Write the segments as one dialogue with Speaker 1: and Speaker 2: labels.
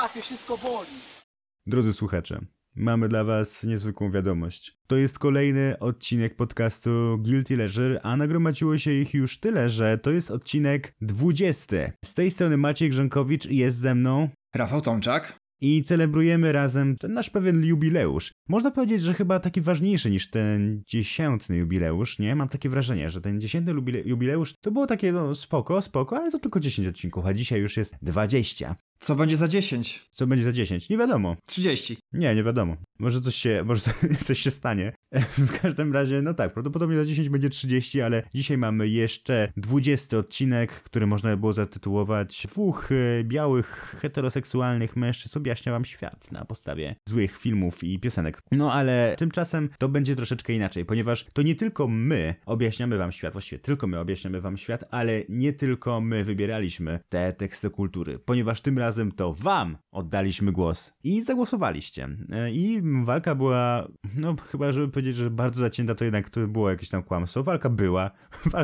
Speaker 1: łapie, wszystko boli.
Speaker 2: Drodzy słuchacze, mamy dla was niezwykłą wiadomość. To jest kolejny odcinek podcastu Guilty Leisure, a nagromadziło się ich już tyle, że to jest odcinek 20. Z tej strony Maciej Grzenkowicz i jest ze mną
Speaker 3: Rafał Tomczak.
Speaker 2: i celebrujemy razem ten nasz pewien jubileusz. Można powiedzieć, że chyba taki ważniejszy niż ten 10. jubileusz, nie? Mam takie wrażenie, że ten 10. jubileusz to było takie spoko, ale to tylko 10 odcinków, a dzisiaj już jest 20.
Speaker 3: Co będzie za 10?
Speaker 2: Co będzie za 10? Nie wiadomo.
Speaker 3: 30.
Speaker 2: Nie wiadomo. Może coś się stanie. W każdym razie, no tak, prawdopodobnie za 10 będzie 30, ale dzisiaj mamy jeszcze 20 odcinek, który można by było zatytułować Dwóch białych, heteroseksualnych mężczyzn objaśnia wam świat na podstawie złych filmów i piosenek. No ale tymczasem to będzie troszeczkę inaczej, ponieważ to nie tylko my objaśniamy wam świat, właściwie tylko my objaśniamy wam świat, ale nie tylko my wybieraliśmy te teksty kultury, ponieważ tym razem to wam oddaliśmy głos i zagłosowaliście. I walka była, no chyba żeby powiedzieć, że bardzo zacięta, to jednak to było jakieś tam kłamstwo. Walka była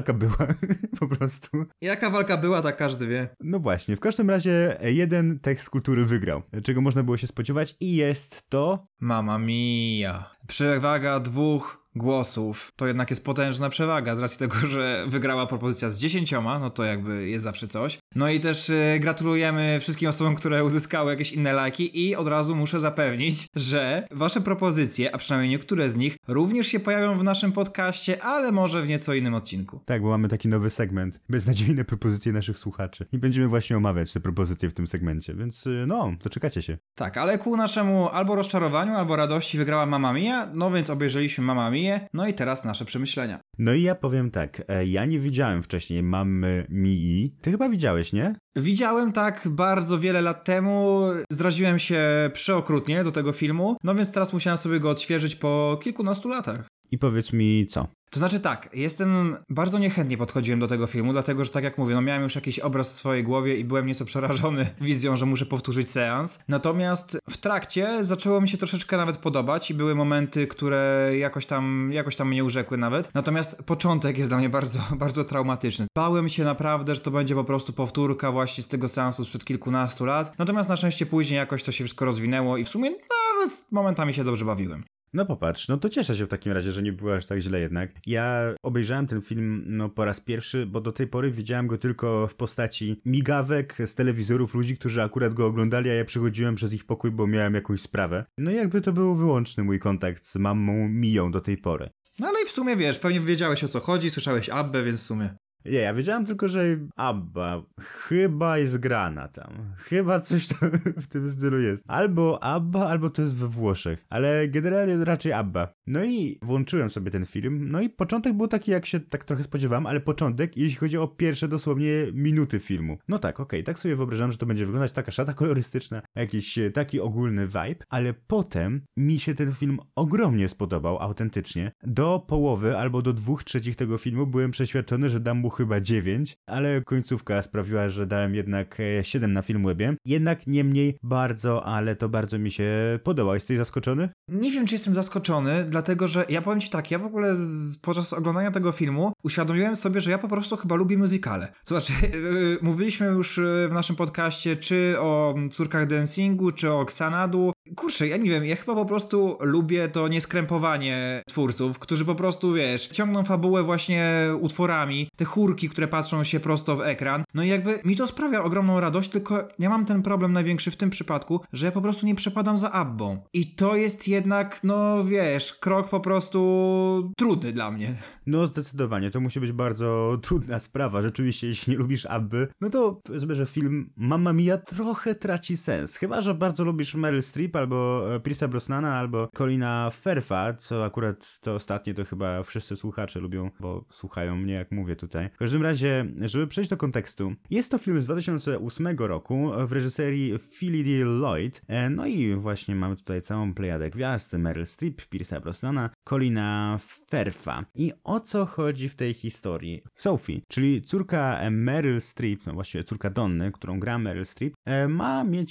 Speaker 2: po prostu.
Speaker 3: Jaka walka była, tak każdy wie.
Speaker 2: No właśnie, w każdym razie jeden tekst kultury wygrał, czego można było się spodziewać i jest to...
Speaker 3: Mamma mia. Przewaga 2 głosów. To jednak jest potężna przewaga z racji tego, że wygrała propozycja z 10, no to jakby jest zawsze coś. No i też gratulujemy wszystkim osobom, które uzyskały jakieś inne lajki i od razu muszę zapewnić, że wasze propozycje, a przynajmniej niektóre z nich, również się pojawią w naszym podcaście, ale może w nieco innym odcinku.
Speaker 2: Tak, bo mamy taki nowy segment, beznadziejne propozycje naszych słuchaczy i będziemy właśnie omawiać te propozycje w tym segmencie, więc no, to czekacie się.
Speaker 3: Tak, ale ku naszemu albo rozczarowaniu, albo radości wygrała Mamma Mia, no więc obejrzeliśmy Mamma Mia. No i teraz nasze przemyślenia.
Speaker 2: No i ja powiem tak, ja nie widziałem wcześniej Mammy Mii. Ty chyba widziałeś, nie?
Speaker 3: Widziałem tak bardzo wiele lat temu, zdradziłem się przeokrutnie do tego filmu, no więc teraz musiałem sobie go odświeżyć po kilkunastu latach.
Speaker 2: I powiedz mi co?
Speaker 3: To znaczy tak, bardzo niechętnie podchodziłem do tego filmu, dlatego że tak jak mówię, no miałem już jakiś obraz w swojej głowie i byłem nieco przerażony wizją, że muszę powtórzyć seans. Natomiast w trakcie zaczęło mi się troszeczkę nawet podobać i były momenty, które jakoś tam mnie urzekły nawet. Natomiast początek jest dla mnie bardzo, bardzo traumatyczny. Bałem się naprawdę, że to będzie po prostu powtórka właśnie z tego seansu sprzed kilkunastu lat. Natomiast na szczęście później jakoś to się wszystko rozwinęło i w sumie nawet momentami się dobrze bawiłem.
Speaker 2: No popatrz, no to cieszę się w takim razie, że nie było aż tak źle jednak. Ja obejrzałem ten film po raz pierwszy, bo do tej pory widziałem go tylko w postaci migawek z telewizorów ludzi, którzy akurat go oglądali, a ja przychodziłem przez ich pokój, bo miałem jakąś sprawę. No i jakby to był wyłączny mój kontakt z Mammą Mią do tej pory.
Speaker 3: No ale i w sumie wiesz, pewnie wiedziałeś o co chodzi, słyszałeś Abbę, więc w sumie...
Speaker 2: Nie, ja wiedziałem tylko, że Abba chyba jest grana tam. Chyba coś tam w tym stylu jest. Albo Abba, albo to jest we Włoszech. Ale generalnie raczej Abba. No i włączyłem sobie ten film. No i początek był taki, jak się tak trochę spodziewałem, ale początek, jeśli chodzi o pierwsze dosłownie minuty filmu. No tak, okej, tak sobie wyobrażam, że to będzie wyglądać taka szata kolorystyczna, jakiś taki ogólny vibe, ale potem mi się ten film ogromnie spodobał, autentycznie. Do połowy albo do 2/3 tego filmu byłem przeświadczony, że dam mu chyba 9, ale końcówka sprawiła, że dałem jednak 7 na Filmwebie. Jednak niemniej bardzo, ale to bardzo mi się podobało. Jesteś zaskoczony?
Speaker 3: Nie wiem, czy jestem zaskoczony, dlatego że ja powiem ci tak, ja w ogóle podczas oglądania tego filmu uświadomiłem sobie, że ja po prostu chyba lubię musicale. To znaczy, mówiliśmy już w naszym podcaście czy o Córkach Dancingu, czy o Xanadu. Kurczę, ja nie wiem, ja chyba po prostu lubię to nieskrępowanie twórców, którzy po prostu, wiesz, ciągną fabułę właśnie utworami, te chórki, które patrzą się prosto w ekran. No i jakby mi to sprawia ogromną radość, tylko ja mam ten problem największy w tym przypadku, że ja po prostu nie przepadam za Abbą. I to jest jednak, no wiesz, krok po prostu trudny dla mnie.
Speaker 2: No zdecydowanie, to musi być bardzo trudna sprawa. Rzeczywiście, jeśli nie lubisz Abby, no to powiedzmy, że film Mamma Mia trochę traci sens. Chyba że bardzo lubisz Meryl Streep albo Pierce'a Brosnana, albo Colina Firtha, co akurat to ostatnie to chyba wszyscy słuchacze lubią, bo słuchają mnie jak mówię tutaj. W każdym razie, żeby przejść do kontekstu, jest to film z 2008 roku w reżyserii Philly D. Lloyd. No i właśnie mamy tutaj całą plejadę gwiazd, Meryl Streep, Pierce'a Brosnana, Colina Firtha. I o co chodzi w tej historii? Sophie, czyli córka Meryl Streep, no właściwie córka Donny, którą gra Meryl Streep, ma mieć ślub.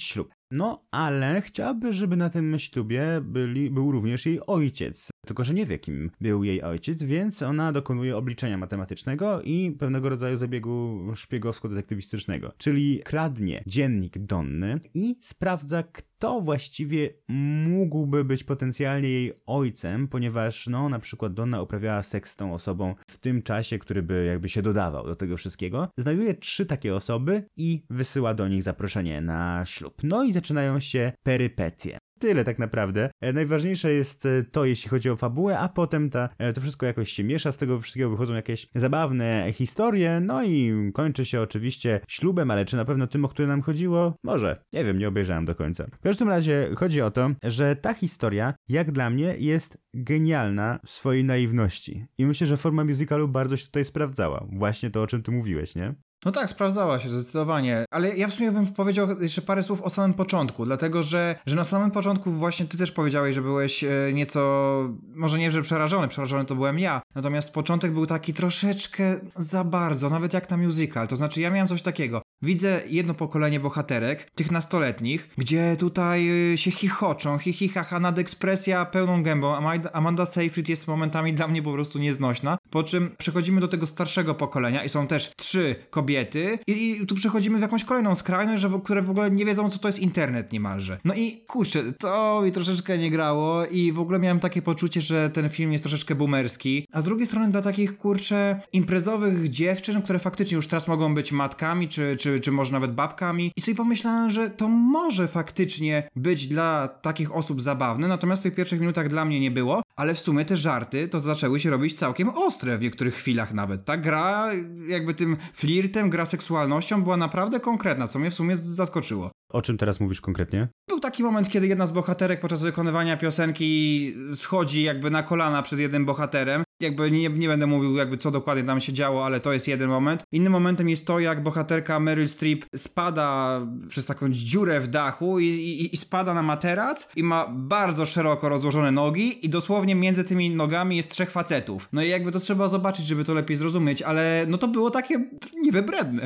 Speaker 2: No, ale chciałaby, żeby na tym ślubie był również jej ojciec. Tylko że nie wie, kim był jej ojciec, więc ona dokonuje obliczenia matematycznego i pewnego rodzaju zabiegu szpiegowsko-detektywistycznego. Czyli kradnie dziennik Donny i sprawdza, kto właściwie mógłby być potencjalnie jej ojcem, ponieważ, no, na przykład Donna uprawiała seks z tą osobą w tym czasie, który by jakby się dodawał do tego wszystkiego. Znajduje 3 takie osoby i wysyła do nich zaproszenie na ślub. No i zaczynają się perypetie. Tyle tak naprawdę. Najważniejsze jest to, jeśli chodzi o fabułę, a potem to wszystko jakoś się miesza, z tego wszystkiego wychodzą jakieś zabawne historie, no i kończy się oczywiście ślubem, ale czy na pewno tym, o który nam chodziło? Może. Nie wiem, nie obejrzałem do końca. W każdym razie chodzi o to, że ta historia, jak dla mnie, jest genialna w swojej naiwności. I myślę, że forma musicalu bardzo się tutaj sprawdzała. Właśnie to, o czym ty mówiłeś, nie?
Speaker 3: No tak, sprawdzała się zdecydowanie, ale ja w sumie bym powiedział jeszcze parę słów o samym początku, dlatego że na samym początku właśnie ty też powiedziałeś, że byłeś nieco, może nie, że przerażony to byłem ja, natomiast początek był taki troszeczkę za bardzo, nawet jak na musical, to znaczy ja miałem coś takiego. Widzę jedno pokolenie bohaterek, tych nastoletnich, gdzie tutaj się chichoczą, haha, nadekspresja pełną gębą. Amanda Seyfried jest momentami dla mnie po prostu nieznośna. Po czym przechodzimy do tego starszego pokolenia i są też 3 kobiety i tu przechodzimy w jakąś kolejną skrajność, które w ogóle nie wiedzą, co to jest internet niemalże. No i kurczę, to mi troszeczkę nie grało i w ogóle miałem takie poczucie, że ten film jest troszeczkę boomerski. A z drugiej strony dla takich, kurczę, imprezowych dziewczyn, które faktycznie już teraz mogą być matkami, czy może nawet babkami. I sobie pomyślałem, że to może faktycznie być dla takich osób zabawne, natomiast w tych pierwszych minutach dla mnie nie było, ale w sumie te żarty to zaczęły się robić całkiem ostre w niektórych chwilach nawet. Ta gra jakby tym flirtem, gra seksualnością była naprawdę konkretna, co mnie w sumie zaskoczyło.
Speaker 2: O czym teraz mówisz konkretnie?
Speaker 3: Był taki moment, kiedy jedna z bohaterek podczas wykonywania piosenki schodzi jakby na kolana przed jednym bohaterem. Jakby nie będę mówił jakby co dokładnie tam się działo, ale to jest jeden moment. Innym momentem jest to, jak bohaterka Meryl Streep spada przez taką dziurę w dachu i spada na materac i ma bardzo szeroko rozłożone nogi i dosłownie między tymi nogami jest 3 facetów. No i jakby to trzeba zobaczyć, żeby to lepiej zrozumieć, ale no to było takie niewybredne.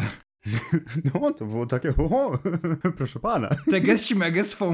Speaker 2: No, to było takie, proszę pana.
Speaker 3: Teges, meges, fon.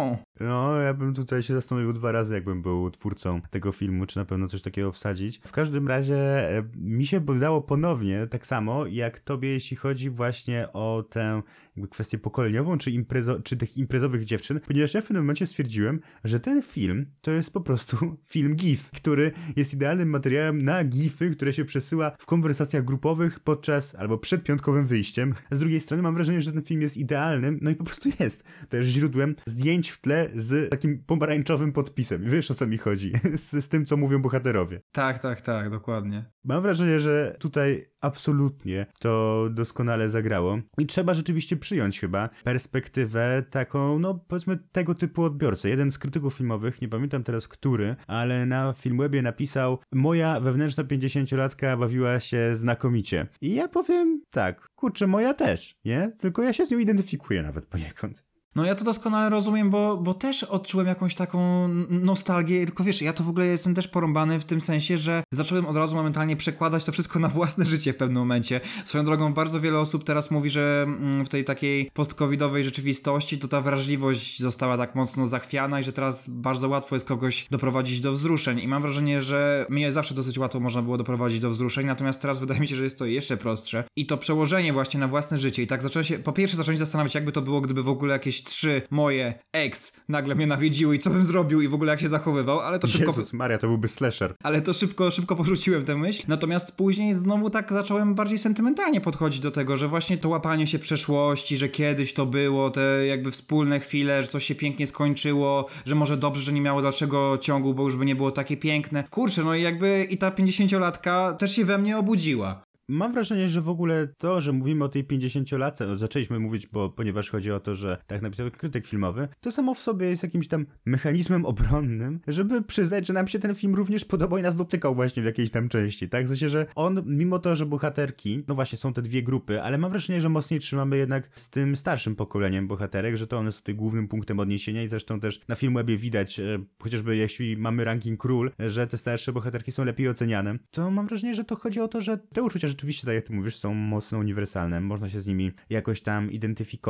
Speaker 2: No, ja bym tutaj się zastanowił 2 razy, jakbym był twórcą tego filmu, czy na pewno coś takiego wsadzić. W każdym razie mi się wydało ponownie tak samo, jak tobie, jeśli chodzi właśnie o tę jakby kwestię pokoleniową, czy tych imprezowych dziewczyn, ponieważ ja w pewnym momencie stwierdziłem, że ten film to jest po prostu film GIF, który jest idealnym materiałem na GIFy, które się przesyła w konwersacjach grupowych podczas albo przed piątkowym wyjściem. Z drugiej strony mam wrażenie, że ten film jest idealnym, no i po prostu jest też źródłem zdjęć w tle z takim pomarańczowym podpisem. Wiesz, o co mi chodzi? z tym, co mówią bohaterowie.
Speaker 3: Tak, dokładnie.
Speaker 2: Mam wrażenie, że tutaj absolutnie to doskonale zagrało i trzeba rzeczywiście przyjąć chyba perspektywę taką, no powiedzmy tego typu odbiorcę. Jeden z krytyków filmowych, nie pamiętam teraz który, ale na Filmwebie napisał: moja wewnętrzna 50-latka bawiła się znakomicie. I ja powiem tak, kurczę, moja też, nie? Tylko ja się z nią identyfikuję nawet poniekąd.
Speaker 3: No ja to doskonale rozumiem, bo też odczułem jakąś taką nostalgię, tylko wiesz, ja to w ogóle jestem też porąbany w tym sensie, że zacząłem od razu momentalnie przekładać to wszystko na własne życie w pewnym momencie. Swoją drogą bardzo wiele osób teraz mówi, że w tej takiej post-covidowej rzeczywistości to ta wrażliwość została tak mocno zachwiana i że teraz bardzo łatwo jest kogoś doprowadzić do wzruszeń i mam wrażenie, że mnie zawsze dosyć łatwo można było doprowadzić do wzruszeń, natomiast teraz wydaje mi się, że jest to jeszcze prostsze i to przełożenie właśnie na własne życie i tak zacząłem się zastanawiać, jakby to było, gdyby w ogóle jakieś 3 moje ex nagle mnie nawiedziły i co bym zrobił i w ogóle jak się zachowywał, ale to szybko...
Speaker 2: Jezus Maria, to byłby slasher.
Speaker 3: Ale to szybko porzuciłem tę myśl, natomiast później znowu tak zacząłem bardziej sentymentalnie podchodzić do tego, że właśnie to łapanie się przeszłości, że kiedyś to było, te jakby wspólne chwile, że coś się pięknie skończyło, że może dobrze, że nie miało dalszego ciągu, bo już by nie było takie piękne. Kurczę, no i jakby i ta 50-latka też się we mnie obudziła.
Speaker 2: Mam wrażenie, że w ogóle to, że mówimy o tej 50-latce, no zaczęliśmy mówić, ponieważ chodzi o to, że tak napisał krytyk filmowy, to samo w sobie jest jakimś tam mechanizmem obronnym, żeby przyznać, że nam się ten film również podobał i nas dotykał właśnie w jakiejś tam części, tak? W sensie, że on, mimo to, że bohaterki, no właśnie są te 2 grupy, ale mam wrażenie, że mocniej trzymamy jednak z tym starszym pokoleniem bohaterek, że to one są tutaj głównym punktem odniesienia i zresztą też na Filmwebie widać, chociażby jeśli mamy ranking król, że te starsze bohaterki są lepiej oceniane, to mam wrażenie, że to chodzi o to, że te uczucia rzeczywiście, tak jak ty mówisz, są mocno uniwersalne, można się z nimi jakoś tam identyfikować.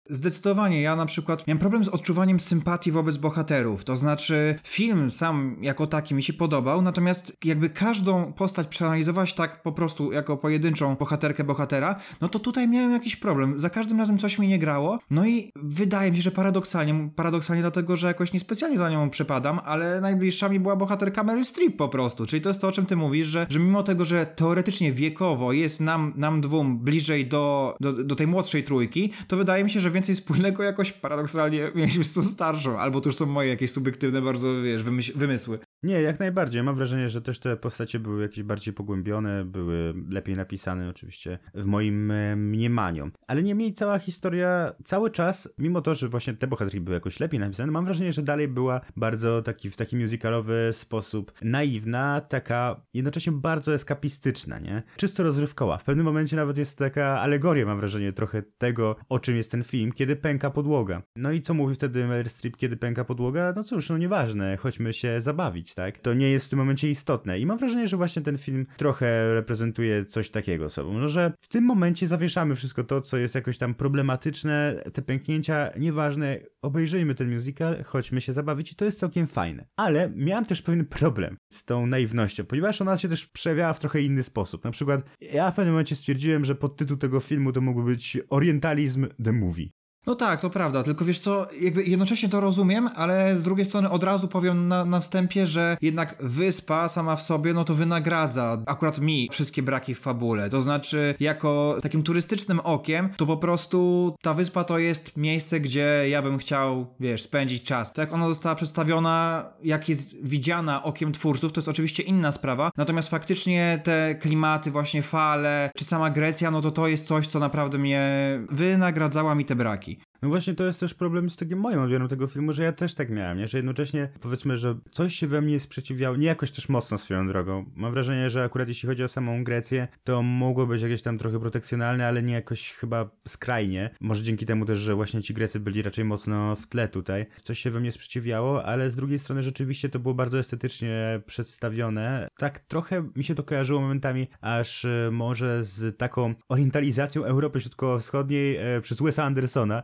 Speaker 3: Zdecydowanie, ja na przykład miałem problem z odczuwaniem sympatii wobec bohaterów, to znaczy film sam jako taki mi się podobał, natomiast jakby każdą postać przeanalizować tak po prostu jako pojedynczą bohatera, no to tutaj miałem jakiś problem, za każdym razem coś mi nie grało, no i wydaje mi się, że paradoksalnie dlatego, że jakoś niespecjalnie za nią przepadam, ale najbliższa mi była bohaterka Meryl Streep po prostu, czyli to jest to, o czym ty mówisz, że mimo tego, że teoretycznie wiekowo jest nam dwóm bliżej do tej młodszej trójki, to wydaje mi się, że więcej wspólnego jakoś paradoksalnie mieliśmy z tą starszą, albo to już są moje jakieś subiektywne bardzo, wiesz, wymysły.
Speaker 2: Nie, jak najbardziej. Mam wrażenie, że też te postacie były jakieś bardziej pogłębione, były lepiej napisane oczywiście w moim mniemaniu. Ale niemniej cała historia cały czas, mimo to, że właśnie te bohaterki były jakoś lepiej napisane, mam wrażenie, że dalej była bardzo w taki musicalowy sposób naiwna, taka jednocześnie bardzo eskapistyczna, nie? Czysto rozrywkowa. W pewnym momencie nawet jest taka alegoria, mam wrażenie, trochę tego, o czym jest ten film, kiedy pęka podłoga. No i co mówi wtedy Meryl Streep, kiedy pęka podłoga? No cóż, no nieważne, chodźmy się zabawić, tak? To nie jest w tym momencie istotne. I mam wrażenie, że właśnie ten film trochę reprezentuje coś takiego sobą, no, że w tym momencie zawieszamy wszystko to, co jest jakoś tam problematyczne, te pęknięcia, nieważne, obejrzyjmy ten musical, chodźmy się zabawić i to jest całkiem fajne. Ale miałem też pewien problem z tą naiwnością, ponieważ ona się też przejawiała w trochę inny sposób. Na przykład ja w pewnym momencie stwierdziłem, że podtytuł tego filmu to mógłby być Orientalizm the Movie.
Speaker 3: No tak, to prawda, tylko wiesz co, jakby jednocześnie to rozumiem, ale z drugiej strony od razu powiem na wstępie, że jednak wyspa sama w sobie, no to wynagradza akurat mi wszystkie braki w fabule, to znaczy jako takim turystycznym okiem, to po prostu ta wyspa to jest miejsce, gdzie ja bym chciał, wiesz, spędzić czas. To jak ona została przedstawiona, jak jest widziana okiem twórców, to jest oczywiście inna sprawa, natomiast faktycznie te klimaty, właśnie fale, czy sama Grecja, no to jest coś, co naprawdę mnie wynagradzała mi te braki.
Speaker 2: No właśnie to jest też problem z takim moim odbiorem tego filmu, że ja też tak miałem, nie? Że jednocześnie powiedzmy, że coś się we mnie sprzeciwiało, nie jakoś też mocno swoją drogą. Mam wrażenie, że akurat jeśli chodzi o samą Grecję, to mogło być jakieś tam trochę protekcjonalne, ale nie jakoś chyba skrajnie. Może dzięki temu też, że właśnie ci Grecy byli raczej mocno w tle tutaj. Coś się we mnie sprzeciwiało, ale z drugiej strony rzeczywiście to było bardzo estetycznie przedstawione. Tak trochę mi się to kojarzyło momentami aż może z taką orientalizacją Europy Środkowo-Wschodniej przez Wesa Andersona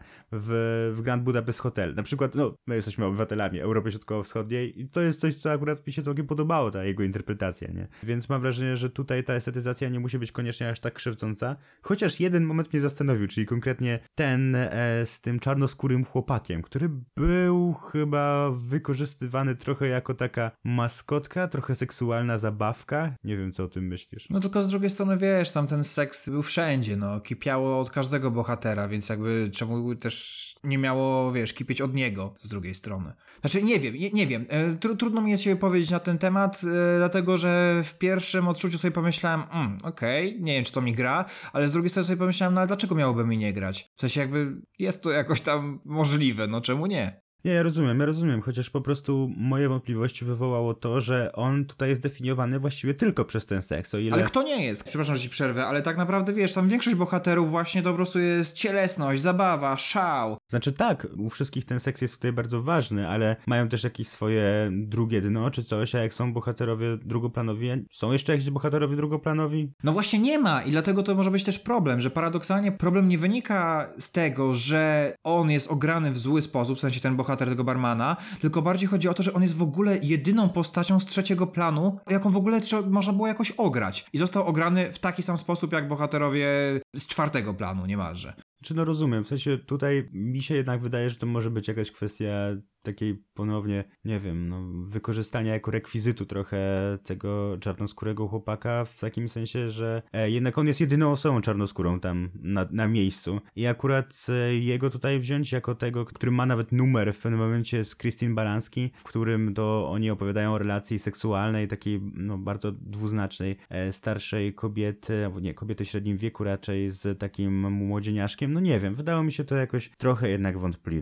Speaker 2: w Grand Budapest Hotel. Na przykład, no, my jesteśmy obywatelami Europy Środkowo-Wschodniej i to jest coś, co akurat mi się całkiem podobało, ta jego interpretacja, nie? Więc mam wrażenie, że tutaj ta estetyzacja nie musi być koniecznie aż tak krzywdząca. Chociaż jeden moment mnie zastanowił, czyli konkretnie ten z tym czarnoskórym chłopakiem, który był chyba wykorzystywany trochę jako taka maskotka, trochę seksualna zabawka. Nie wiem, co o tym myślisz.
Speaker 3: No tylko z drugiej strony, wiesz, tam ten seks był wszędzie, no, kipiało od każdego bohatera, więc jakby czemu też nie miało, wiesz, kipieć od niego z drugiej strony. Znaczy, nie wiem. Trudno mi jest się powiedzieć na ten temat, dlatego, że w pierwszym odczuciu sobie pomyślałem, okej, nie wiem, czy to mi gra, ale z drugiej strony sobie pomyślałem, no ale dlaczego miałoby mi nie grać? W sensie jakby jest to jakoś tam możliwe, no czemu nie?
Speaker 2: Nie, ja rozumiem, chociaż po prostu moje wątpliwości wywołało to, że on tutaj jest definiowany właściwie tylko przez ten seks, o ile...
Speaker 3: Ale kto nie jest? Przepraszam, że ci przerwę, ale tak naprawdę, wiesz, tam większość bohaterów właśnie to po prostu jest cielesność, zabawa, szał.
Speaker 2: Znaczy tak, u wszystkich ten seks jest tutaj bardzo ważny, ale mają też jakieś swoje drugie dno czy coś, a jak są bohaterowie drugoplanowi, są jeszcze jakieś bohaterowie drugoplanowi?
Speaker 3: No właśnie nie ma i dlatego to może być też problem, że paradoksalnie problem nie wynika z tego, że on jest ograny w zły sposób, w sensie ten bohater tego barmana, tylko bardziej chodzi o to, że on jest w ogóle jedyną postacią z trzeciego planu, jaką w ogóle można było jakoś ograć. I został ograny w taki sam sposób, jak bohaterowie z czwartego planu niemalże.
Speaker 2: Czy no rozumiem, w sensie tutaj mi się jednak wydaje, że to może być jakaś kwestia takiej ponownie, nie wiem, no, wykorzystania jako rekwizytu trochę tego czarnoskórego chłopaka w takim sensie, że jednak on jest jedyną osobą czarnoskórą tam na miejscu i akurat jego tutaj wziąć jako tego, który ma nawet numer w pewnym momencie z Christine Baranski, w którym to oni opowiadają o relacji seksualnej, takiej no bardzo dwuznacznej, starszej kobiety, albo nie, kobiety w średnim wieku raczej z takim młodzieniaszkiem, no nie wiem, wydało mi się to jakoś trochę jednak wątpliwe.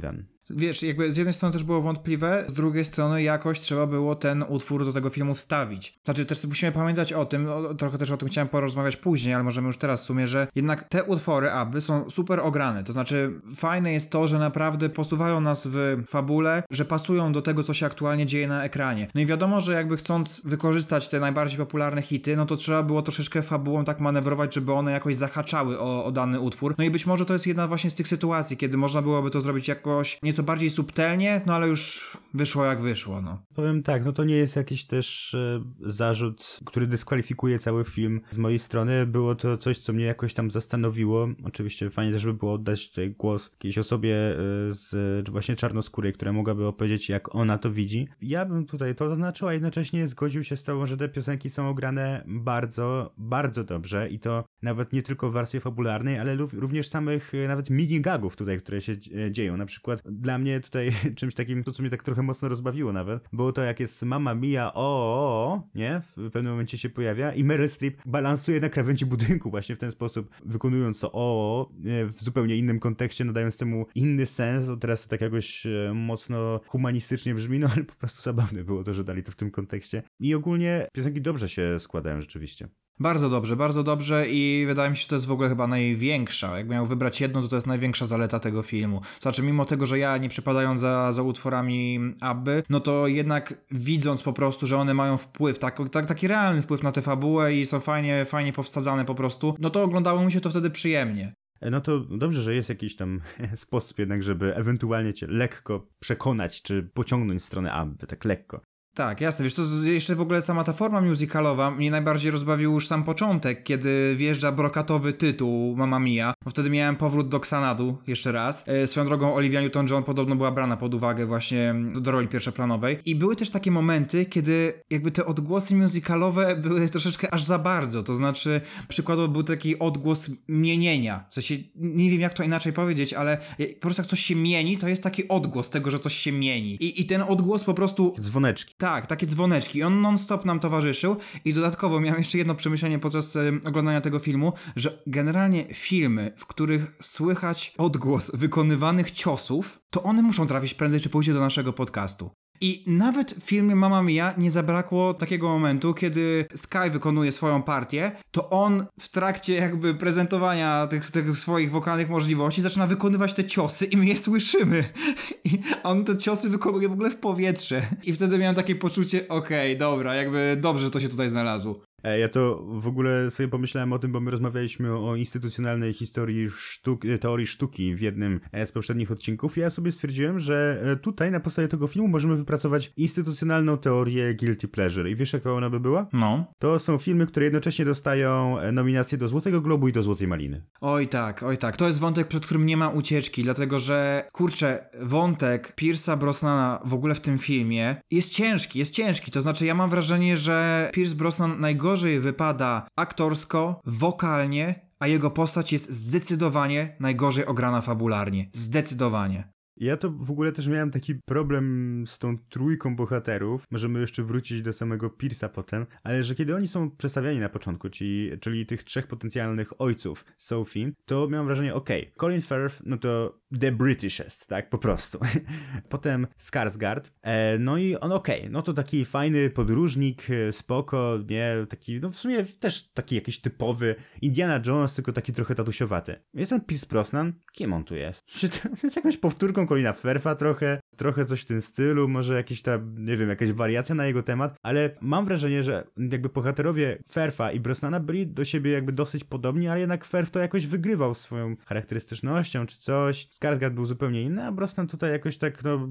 Speaker 3: wiesz, jakby z jednej strony też było wątpliwe, z drugiej strony jakoś trzeba było ten utwór do tego filmu wstawić. Znaczy też musimy pamiętać o tym, trochę też o tym chciałem porozmawiać później, ale możemy już teraz w sumie, że jednak te utwory ABBY są super ograne, to znaczy fajne jest to, że naprawdę posuwają nas w fabule, że pasują do tego, co się aktualnie dzieje na ekranie. No i wiadomo, że jakby chcąc wykorzystać te najbardziej popularne hity, no to trzeba było troszeczkę fabułą tak manewrować, żeby one jakoś zahaczały o dany utwór. No i być może to jest jedna właśnie z tych sytuacji, kiedy można byłoby to zrobić jakoś nieco bardziej subtelnie, no ale już wyszło jak wyszło, no.
Speaker 2: Powiem tak, no to nie jest jakiś też zarzut, który dyskwalifikuje cały film z mojej strony. Było to coś, co mnie jakoś tam zastanowiło. Oczywiście fajnie też by było oddać tutaj głos jakiejś osobie właśnie czarnoskórej, która mogłaby opowiedzieć, jak ona to widzi. Ja bym tutaj to zaznaczył, a jednocześnie zgodził się z tobą, że te piosenki są ograne bardzo, bardzo dobrze i to nawet nie tylko w warstwie fabularnej, ale również samych nawet mini-gagów tutaj, które się dzieją. Na przykład dla mnie tutaj czymś takim, to co mnie tak trochę mocno rozbawiło nawet, było to, jak jest Mamma Mia, nie? W pewnym momencie się pojawia i Meryl Streep balansuje na krawędzi budynku właśnie w ten sposób, wykonując to w zupełnie innym kontekście, nadając temu inny sens. To teraz to tak jakoś mocno humanistycznie brzmi, no ale po prostu zabawne było to, że dali to w tym kontekście. I ogólnie piosenki dobrze się składają rzeczywiście.
Speaker 3: Bardzo dobrze i wydaje mi się, że to jest w ogóle chyba największa. Jakbym miał wybrać jedną, to jest największa zaleta tego filmu. To znaczy, mimo tego, że ja nie przepadając za utworami ABBY, no to jednak widząc po prostu, że one mają wpływ, taki realny wpływ na tę fabułę i są fajnie powsadzane po prostu, no to oglądało mi się to wtedy przyjemnie.
Speaker 2: No to dobrze, że jest jakiś tam sposób jednak, żeby ewentualnie cię lekko przekonać, czy pociągnąć w stronę ABBY, tak lekko.
Speaker 3: Tak, jasne, wiesz, to jeszcze w ogóle sama ta forma musicalowa mnie najbardziej rozbawił już sam początek, kiedy wjeżdża brokatowy tytuł Mamma Mia, bo wtedy miałem powrót do Xanadu jeszcze raz. Swoją drogą Olivia Newton-John podobno była brana pod uwagę właśnie do roli pierwszoplanowej i były też takie momenty, kiedy jakby te odgłosy musicalowe były troszeczkę aż za bardzo, to znaczy przykładowo był taki odgłos mienienia, w sensie nie wiem jak to inaczej powiedzieć, ale po prostu jak coś się mieni, to jest taki odgłos tego, że coś się mieni i ten odgłos po prostu...
Speaker 2: Dzwoneczki.
Speaker 3: Tak, takie dzwoneczki. On non-stop nam towarzyszył i dodatkowo miałem jeszcze jedno przemyślenie podczas oglądania tego filmu, że generalnie filmy, w których słychać odgłos wykonywanych ciosów, to one muszą trafić prędzej czy później do naszego podcastu. I nawet w filmie Mamma Mia nie zabrakło takiego momentu, kiedy Sky wykonuje swoją partię, to on w trakcie jakby prezentowania tych swoich wokalnych możliwości zaczyna wykonywać te ciosy i my je słyszymy. I on te ciosy wykonuje w ogóle w powietrze. I wtedy miałem takie poczucie, okej, dobra, jakby dobrze to się tutaj znalazło.
Speaker 2: Ja to w ogóle sobie pomyślałem o tym, bo my rozmawialiśmy o instytucjonalnej historii teorii sztuki w jednym z poprzednich odcinków i ja sobie stwierdziłem, że tutaj na podstawie tego filmu możemy wypracować instytucjonalną teorię guilty pleasure. I wiesz, jaka ona by była?
Speaker 3: No.
Speaker 2: To są filmy, które jednocześnie dostają nominacje do Złotego Globu i do Złotej Maliny.
Speaker 3: Oj tak. To jest wątek, przed którym nie ma ucieczki, dlatego że, kurczę, wątek Pierce'a Brosnana w ogóle w tym filmie jest ciężki. To znaczy ja mam wrażenie, że Pierce Brosnan najgorzej wypada aktorsko, wokalnie, a jego postać jest zdecydowanie najgorzej ograna fabularnie. Zdecydowanie.
Speaker 2: Ja to w ogóle też miałem taki problem z tą trójką bohaterów, możemy jeszcze wrócić do samego Pierce'a potem, ale że kiedy oni są przedstawiani na początku, czyli tych trzech potencjalnych ojców Sophie, to miałem wrażenie, Colin Firth, no to the Britishest, tak, po prostu. Potem Skarsgård, no i on no to taki fajny podróżnik, spoko, nie, taki, no w sumie też taki jakiś typowy Indiana Jones, tylko taki trochę tatusiowaty. Jest ten Pierce Brosnan, kim on tu jest? Czy to jest jakąś powtórką Colina Firtha trochę coś w tym stylu, może jakiś tam, nie wiem, jakaś wariacja na jego temat, ale mam wrażenie, że jakby bohaterowie Firtha i Brosnana byli do siebie jakby dosyć podobni, ale jednak Firth to jakoś wygrywał swoją charakterystycznością czy coś. Skarsgård był zupełnie inny, a Brosnan tutaj jakoś tak, no,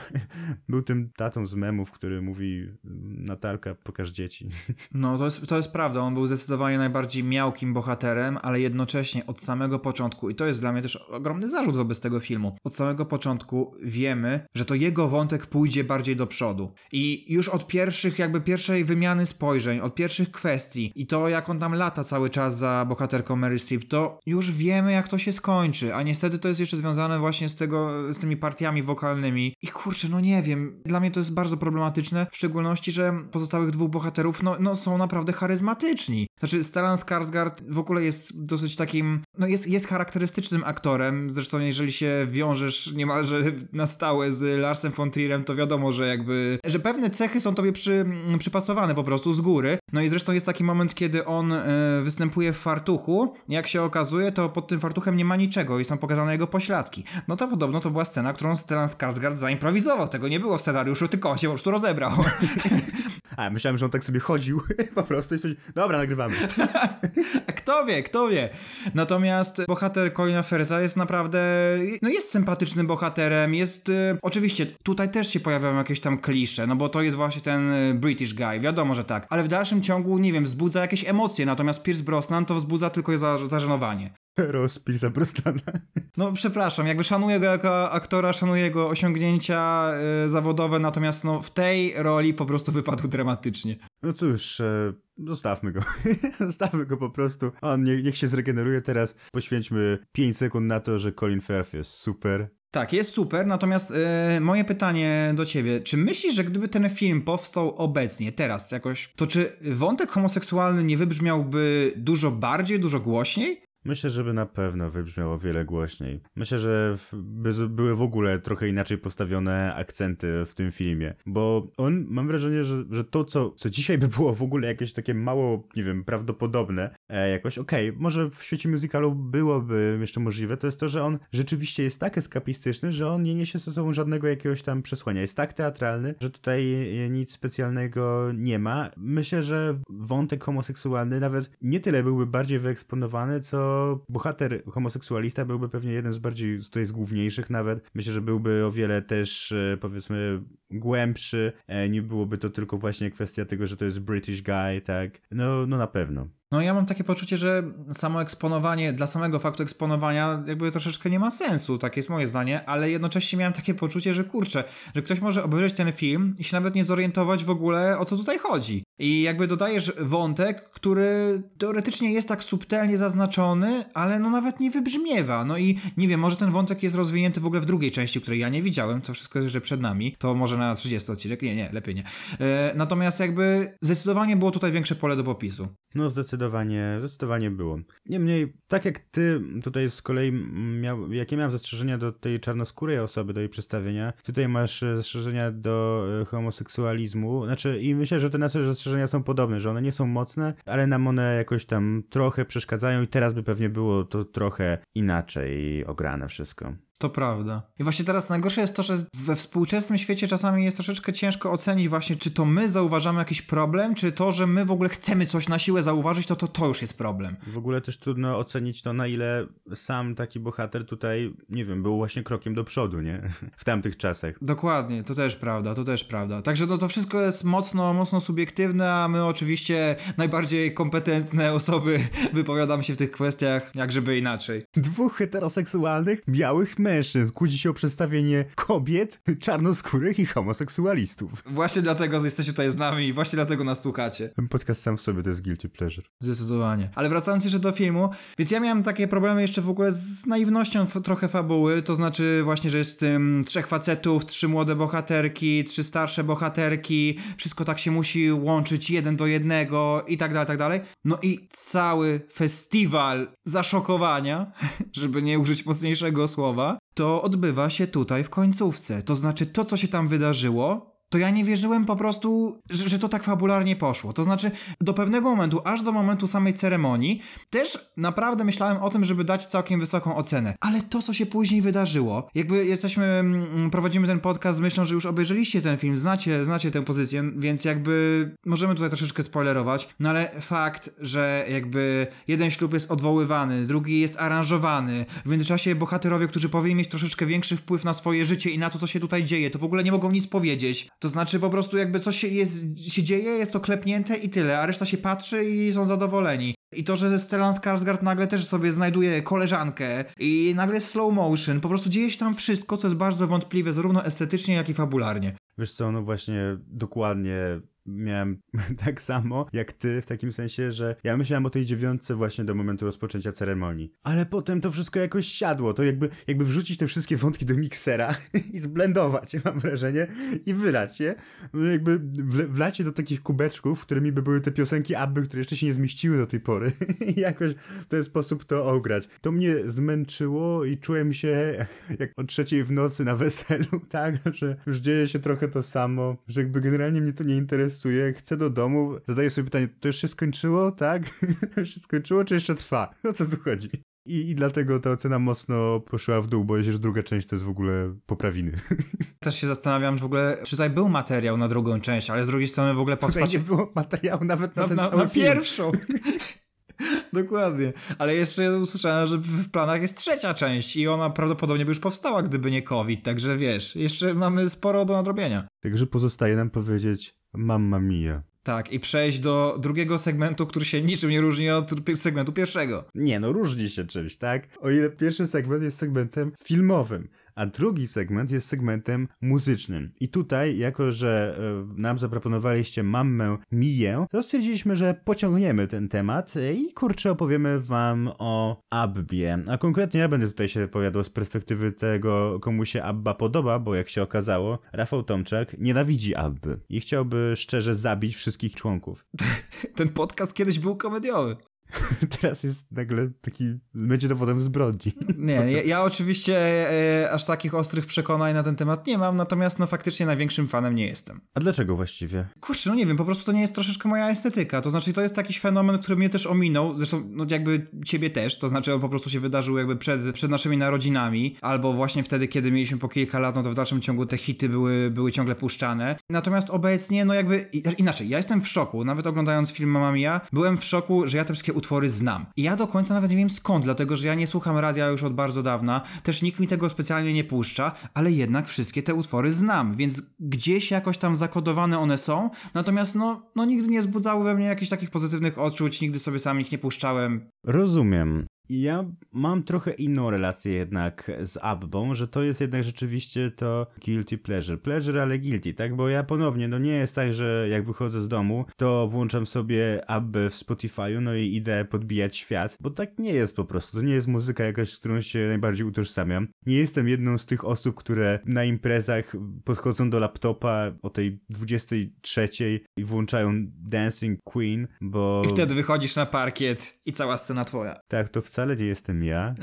Speaker 2: był tym tatą z memów, który mówi Natalka, pokaż dzieci.
Speaker 3: No, to jest prawda, on był zdecydowanie najbardziej miałkim bohaterem, ale jednocześnie od samego początku, i to jest dla mnie też ogromny zarzut wobec tego filmu, od samego początku wiemy, że to jego wątek pójdzie bardziej do przodu. I już od pierwszej wymiany spojrzeń, od pierwszych kwestii i to, jak on tam lata cały czas za bohaterką Meryl Streep, to już wiemy, jak to się skończy, a niestety to jest jeszcze związane właśnie z tymi partiami wokalnymi. I kurczę, no nie wiem, dla mnie to jest bardzo problematyczne, w szczególności, że pozostałych dwóch bohaterów, no są naprawdę charyzmatyczni. Znaczy, Stellan Skarsgård w ogóle jest dosyć takim, no jest charakterystycznym aktorem, zresztą jeżeli się wiążesz niemal że na stałe z Larsem von Trierem, to wiadomo, że jakby, że pewne cechy są tobie przypasowane po prostu z góry. No i zresztą jest taki moment, kiedy on występuje w fartuchu. Jak się okazuje, to pod tym fartuchem nie ma niczego i są pokazane jego pośladki. No to podobno to była scena, którą Stellan Skarsgård zaimprowizował. Tego nie było w scenariuszu, tylko on się po prostu rozebrał.
Speaker 2: A, myślałem, że on tak sobie chodził po prostu i stwierdził, dobra, nagrywamy.
Speaker 3: Kto wie. Natomiast bohater Colina Firtha jest naprawdę, no jest sympatycznym bohaterem, jest, oczywiście tutaj też się pojawiają jakieś tam klisze, no bo to jest właśnie ten British guy, wiadomo, że tak, ale w dalszym ciągu, nie wiem, wzbudza jakieś emocje, natomiast Pierce Brosnan to wzbudza tylko zażenowanie.
Speaker 2: Rozpil za Brosnana.
Speaker 3: No przepraszam, jakby szanuję go jako aktora, szanuję jego osiągnięcia zawodowe, natomiast no w tej roli po prostu wypadł dramatycznie.
Speaker 2: No cóż, zostawmy go. Zostawmy go po prostu. On niech się zregeneruje teraz. Poświęćmy 5 sekund na to, że Colin Firth jest super.
Speaker 3: Tak, jest super, natomiast moje pytanie do ciebie, czy myślisz, że gdyby ten film powstał obecnie, teraz jakoś, to czy wątek homoseksualny nie wybrzmiałby dużo bardziej, dużo głośniej?
Speaker 2: Myślę, że by na pewno wybrzmiało wiele głośniej. Myślę, że były w ogóle trochę inaczej postawione akcenty w tym filmie, bo mam wrażenie, że to, co dzisiaj by było w ogóle jakieś takie mało, nie wiem, prawdopodobne, jakoś może w świecie musicalu byłoby jeszcze możliwe, to jest to, że on rzeczywiście jest tak eskapistyczny, że on nie niesie ze sobą żadnego jakiegoś tam przesłania. Jest tak teatralny, że tutaj nic specjalnego nie ma. Myślę, że wątek homoseksualny nawet nie tyle byłby bardziej wyeksponowany, co bohater homoseksualista byłby pewnie jeden z bardziej, z główniejszych nawet. Myślę, że byłby o wiele też, powiedzmy, głębszy. Nie byłoby to tylko właśnie kwestia tego, że to jest British guy, tak? No na pewno.
Speaker 3: No ja mam takie poczucie, że samo eksponowanie, dla samego faktu eksponowania jakby troszeczkę nie ma sensu, takie jest moje zdanie, ale jednocześnie miałem takie poczucie, że kurczę, że ktoś może obejrzeć ten film i się nawet nie zorientować w ogóle, o co tutaj chodzi. I jakby dodajesz wątek, który teoretycznie jest tak subtelnie zaznaczony, ale no nawet nie wybrzmiewa. No i nie wiem, może ten wątek jest rozwinięty w ogóle w drugiej części, której ja nie widziałem, to wszystko jest jeszcze przed nami, to może na 30 odcinek, nie, lepiej nie. Natomiast jakby zdecydowanie było tutaj większe pole do popisu.
Speaker 2: No zdecydowanie było. Niemniej, tak jak ty tutaj z kolei jakie miałem zastrzeżenia do tej czarnoskórej osoby, do jej przedstawienia, tutaj masz zastrzeżenia do homoseksualizmu, i myślę, że te nasze zastrzeżenia są podobne, że one nie są mocne, ale nam one jakoś tam trochę przeszkadzają i teraz by pewnie było to trochę inaczej ograne wszystko.
Speaker 3: To prawda. I właśnie teraz najgorsze jest to, że we współczesnym świecie czasami jest troszeczkę ciężko ocenić właśnie, czy to my zauważamy jakiś problem, czy to, że my w ogóle chcemy coś na siłę zauważyć, to już jest problem.
Speaker 2: W ogóle też trudno ocenić to, na ile sam taki bohater tutaj, nie wiem, był właśnie krokiem do przodu, nie? W tamtych czasach.
Speaker 3: Dokładnie, to też prawda. Także to wszystko jest mocno subiektywne, a my oczywiście najbardziej kompetentne osoby wypowiadamy się w tych kwestiach, jak żeby inaczej.
Speaker 2: 2 heteroseksualnych, białych mężczyzn kłóci się o przedstawienie kobiet, czarnoskórych i homoseksualistów.
Speaker 3: Właśnie dlatego jesteście tutaj z nami i właśnie dlatego nas słuchacie.
Speaker 2: Ten podcast sam w sobie to jest guilty pleasure.
Speaker 3: Zdecydowanie. Ale wracając jeszcze do filmu, więc ja miałem takie problemy jeszcze w ogóle z naiwnością trochę fabuły, to znaczy właśnie, że jest 3 facetów, 3 młode bohaterki, 3 starsze bohaterki, wszystko tak się musi łączyć 1 do 1 i tak dalej. No i cały festiwal zaszokowania, żeby nie użyć mocniejszego słowa, to odbywa się tutaj w końcówce. To znaczy to, co się tam wydarzyło, to ja nie wierzyłem po prostu, że to tak fabularnie poszło. To znaczy do pewnego momentu, aż do momentu samej ceremonii, też naprawdę myślałem o tym, żeby dać całkiem wysoką ocenę. Ale to, co się później wydarzyło, jakby prowadzimy ten podcast z myślą, że już obejrzeliście ten film, znacie tę pozycję, więc jakby możemy tutaj troszeczkę spoilerować, no ale fakt, że jakby jeden ślub jest odwoływany, drugi jest aranżowany, w międzyczasie bohaterowie, którzy powinni mieć troszeczkę większy wpływ na swoje życie i na to, co się tutaj dzieje, to w ogóle nie mogą nic powiedzieć. To znaczy po prostu jakby coś się dzieje, jest to klepnięte i tyle, a reszta się patrzy i są zadowoleni. I to, że Stellan Skarsgård nagle też sobie znajduje koleżankę i nagle slow motion, po prostu dzieje się tam wszystko, co jest bardzo wątpliwe, zarówno estetycznie, jak i fabularnie.
Speaker 2: Wiesz co, no właśnie dokładnie miałem tak samo jak ty, w takim sensie, że ja myślałem o tej 9 właśnie do momentu rozpoczęcia ceremonii. Ale potem to wszystko jakoś siadło, to jakby wrzucić te wszystkie wątki do miksera i zblendować, mam wrażenie, i wylać je. No jakby wlać je do takich kubeczków, którymi by były te piosenki Abby, które jeszcze się nie zmieściły do tej pory. I jakoś w ten sposób to ograć. To mnie zmęczyło i czułem się jak o 3 w nocy na weselu, tak, że już dzieje się trochę to samo, że jakby generalnie mnie to nie interesuje, chcę do domu, zadaję sobie pytanie, to już się skończyło, tak? Już się skończyło, czy jeszcze trwa? O co tu chodzi? I dlatego ta ocena mocno poszła w dół, bo że druga część to jest w ogóle poprawiny.
Speaker 3: Też się zastanawiam, że w ogóle, czy tutaj był materiał na drugą część, ale z drugiej strony w ogóle powstać...
Speaker 2: Tutaj nie było materiału nawet na ten cały
Speaker 3: na
Speaker 2: film.
Speaker 3: pierwszą. Dokładnie. Ale jeszcze usłyszałem, że w planach jest 3. część i ona prawdopodobnie by już powstała, gdyby nie COVID, także wiesz, jeszcze mamy sporo do nadrobienia.
Speaker 2: Także pozostaje nam powiedzieć Mamma Mia.
Speaker 3: Tak, i przejść do drugiego segmentu, który się niczym nie różni od segmentu pierwszego.
Speaker 2: Nie, no różni się czymś, tak? O ile pierwszy segment jest segmentem filmowym, a drugi segment jest segmentem muzycznym. I tutaj, jako że nam zaproponowaliście Mammę Mię, to stwierdziliśmy, że pociągniemy ten temat i kurczę opowiemy wam o Abbie. A konkretnie ja będę tutaj się wypowiadał z perspektywy tego, komu się Abba podoba, bo jak się okazało, Rafał Tomczak nienawidzi Abby i chciałby szczerze zabić wszystkich członków.
Speaker 3: Ten podcast kiedyś był komediowy.
Speaker 2: Teraz jest nagle taki, będzie dowodem zbrodni.
Speaker 3: Nie, ja oczywiście aż takich ostrych przekonań na ten temat nie mam, natomiast no faktycznie największym fanem nie jestem.
Speaker 2: A dlaczego właściwie?
Speaker 3: Kurczę, no nie wiem, po prostu to nie jest troszeczkę moja estetyka, to znaczy to jest jakiś fenomen, który mnie też ominął, zresztą no jakby ciebie też, to znaczy on po prostu się wydarzył jakby przed naszymi narodzinami, albo właśnie wtedy, kiedy mieliśmy po kilka lat, no to w dalszym ciągu te hity były ciągle puszczane, natomiast obecnie, no jakby, inaczej, ja jestem w szoku, nawet oglądając film Mamma Mia, byłem w szoku, że ja te wszystkie utwory znam. I ja do końca nawet nie wiem skąd, dlatego że ja nie słucham radia już od bardzo dawna, też nikt mi tego specjalnie nie puszcza, ale jednak wszystkie te utwory znam, więc gdzieś jakoś tam zakodowane one są, natomiast no nigdy nie wzbudzały we mnie jakichś takich pozytywnych odczuć, nigdy sobie sam ich nie puszczałem.
Speaker 2: Rozumiem. Ja mam trochę inną relację jednak z Abbą, że to jest jednak rzeczywiście to guilty pleasure. Pleasure, ale guilty, tak? Bo ja ponownie, no nie jest tak, że jak wychodzę z domu, to włączam sobie Abbę w Spotify'u, no i idę podbijać świat, bo tak nie jest po prostu. To nie jest muzyka jakaś, z którą się najbardziej utożsamiam. Nie jestem jedną z tych osób, które na imprezach podchodzą do laptopa o tej 23 i włączają Dancing Queen, bo...
Speaker 3: I wtedy wychodzisz na parkiet i cała scena twoja.
Speaker 2: Tak, to wcale nie jestem ja.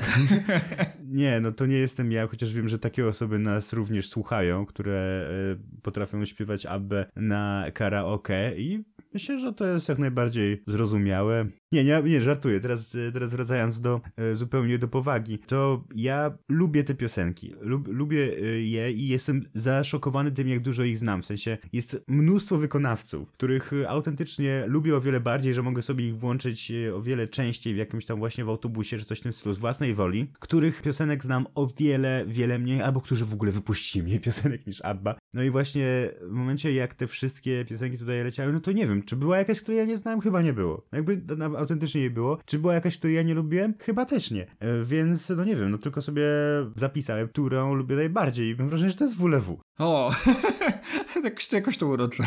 Speaker 2: Nie, no to nie jestem ja, chociaż wiem, że takie osoby nas również słuchają, które potrafią śpiewać Abbę na karaoke i myślę, że to jest jak najbardziej zrozumiałe. Nie, żartuję. Teraz wracając zupełnie do powagi, to ja lubię te piosenki. Lubię je i jestem zaszokowany tym, jak dużo ich znam. W sensie jest mnóstwo wykonawców, których autentycznie lubię o wiele bardziej, że mogę sobie ich włączyć o wiele częściej w jakimś tam właśnie w autobusie, czy coś w tym stylu, z własnej woli, których piosenek znam o wiele, wiele mniej, albo którzy w ogóle wypuścili mniej piosenek niż Abba. No i właśnie w momencie, jak te wszystkie piosenki tutaj leciały, no to nie wiem, czy była jakaś, której ja nie znałem? Chyba nie było. Jakby autentycznie nie było. Czy była jakaś, której ja nie lubiłem? Chyba też nie. Więc, no nie wiem, no tylko sobie zapisałem, którą lubię najbardziej i mam wrażenie, że to jest WLW.
Speaker 3: O, jakoś to urocze.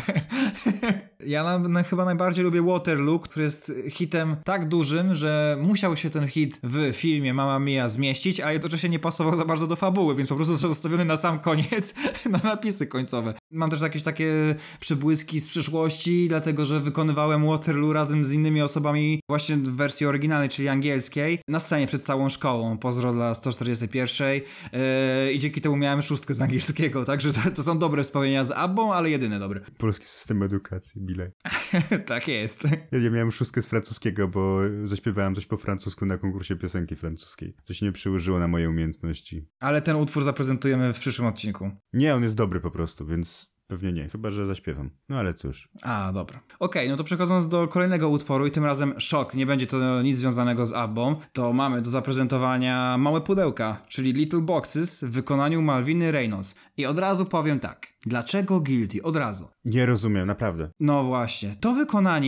Speaker 3: Ja chyba najbardziej lubię Waterloo, który jest hitem tak dużym, że musiał się ten hit w filmie Mamma Mia zmieścić, a jednocześnie nie pasował za bardzo do fabuły, więc po prostu został zostawiony na sam koniec, na napisy końcowe. Mam też jakieś takie przebłyski z przyszłości, dlatego że wykonywałem Waterloo razem z innymi osobami właśnie w wersji oryginalnej, czyli angielskiej, na scenie przed całą szkołą. Pozdro dla 141. I dzięki temu miałem 6 z angielskiego, także to są dobre wspomnienia z Abbą, ale jedyne dobre.
Speaker 2: Polski system edukacji, Bile.
Speaker 3: Tak jest.
Speaker 2: Ja miałem 6 z francuskiego, bo zaśpiewałem coś po francusku na konkursie piosenki francuskiej. To się nie przyłożyło na moje umiejętności.
Speaker 3: Ale ten utwór zaprezentujemy w przyszłym odcinku.
Speaker 2: Nie, on jest dobry po prostu, więc pewnie nie, chyba że zaśpiewam. No ale cóż.
Speaker 3: A, dobra. Okej, no to przechodząc do kolejnego utworu i tym razem szok, nie będzie to nic związanego z Abbą, to mamy do zaprezentowania Małe Pudełka, czyli Little Boxes w wykonaniu Malviny Reynolds. I od razu powiem tak. Dlaczego Guilty? Od razu.
Speaker 2: Nie rozumiem, naprawdę.
Speaker 3: No właśnie. To wykonanie,